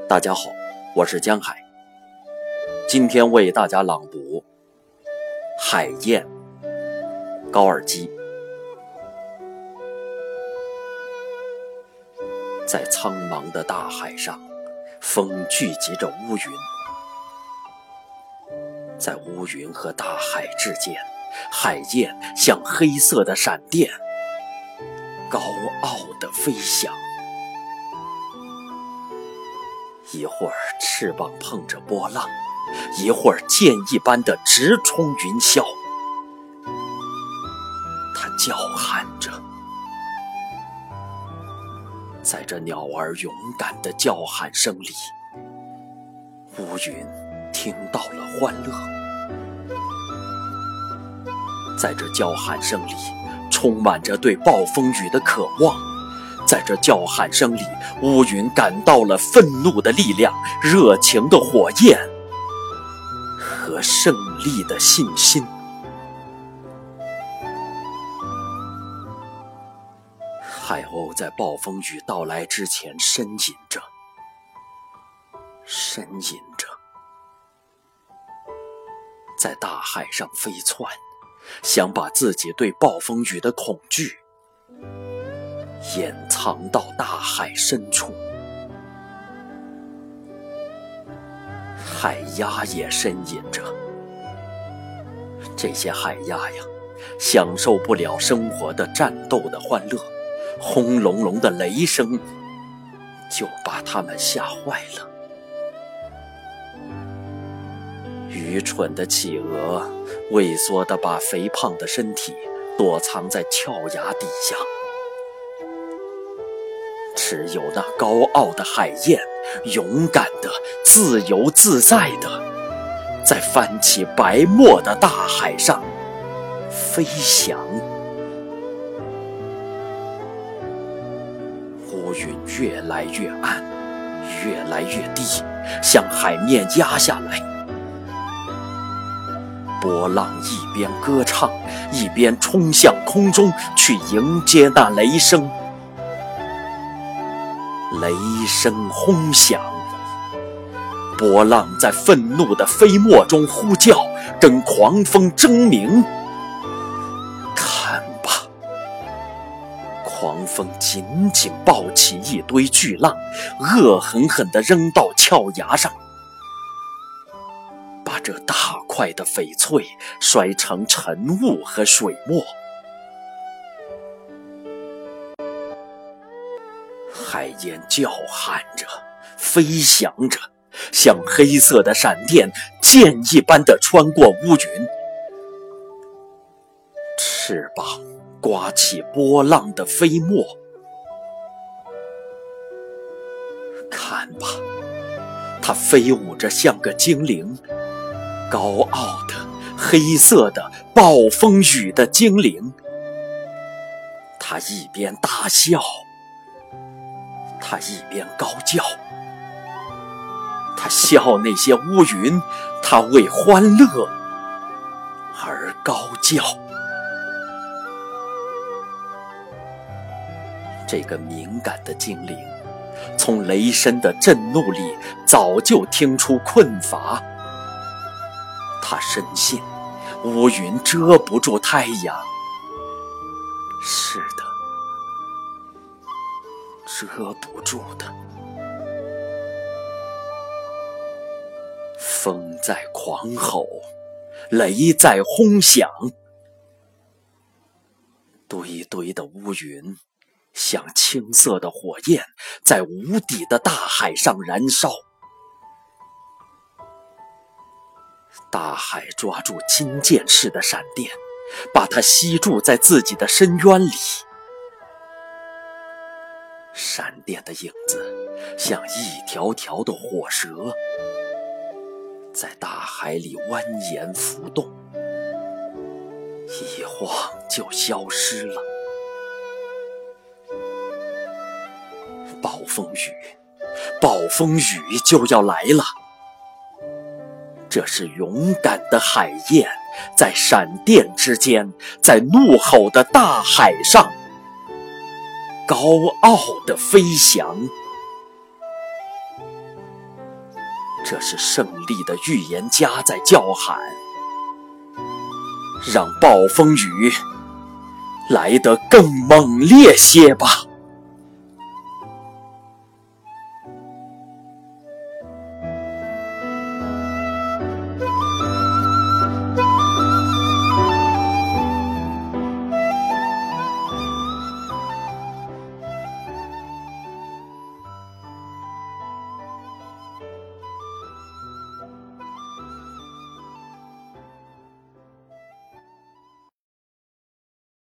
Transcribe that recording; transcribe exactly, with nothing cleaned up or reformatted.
大家好，我是江海，今天为大家朗读《海燕》高尔基。在苍茫的大海上，风聚集着乌云，在乌云和大海之间，海燕像黑色的闪电，高傲地飞翔。一会儿翅膀碰着波浪，一会儿箭一般的直冲云霄。它叫喊着，在这鸟儿勇敢的叫喊声里，乌云听到了欢乐。在这叫喊声里，充满着对暴风雨的渴望。在这叫喊声里，乌云感到了愤怒的力量、热情的火焰和胜利的信心。海鸥在暴风雨到来之前呻吟着，呻吟着，在大海上飞窜，想把自己对暴风雨的恐惧掩藏到大海深处。海鸭也呻吟着，这些海鸭呀，享受不了生活的战斗的欢乐，轰隆隆的雷声就把它们吓坏了。愚蠢的企鹅畏缩地把肥胖的身体躲藏在峭崖底下，只有那高傲的海燕，勇敢的、自由自在的，在翻起白沫的大海上飞翔。乌云越来越暗，越来越低，向海面压下来。波浪一边歌唱，一边冲向空中，去迎接那雷声。雷声轰响，波浪在愤怒的飞沫中呼叫，跟狂风争鸣。看吧，狂风紧紧抱起一堆巨浪，恶狠狠地扔到峭崖上，把这大块的翡翠摔成尘雾和水沫。海燕叫喊着，飞翔着，像黑色的闪电，箭一般地穿过乌云。翅膀刮起波浪的飞沫。看吧，它飞舞着像个精灵，高傲的、黑色的、暴风雨的精灵。它一边大笑，他一边高叫，他笑那些乌云，他为欢乐而高叫。这个敏感的精灵，从雷声的震怒里早就听出困乏。他深信乌云遮不住太阳。是的，遮不住的。风在狂吼，雷在轰响，堆堆的乌云像青色的火焰，在无底的大海上燃烧。大海抓住金箭似的闪电，把它吸住在自己的深渊里。闪电的影子像一条条的火蛇，在大海里蜿蜒浮动，一晃就消失了。暴风雨，暴风雨就要来了。这是勇敢的海燕，在闪电之间，在怒吼的大海上高傲地飞翔。 这是胜利的预言家在叫喊，让暴风雨来得更猛烈些吧。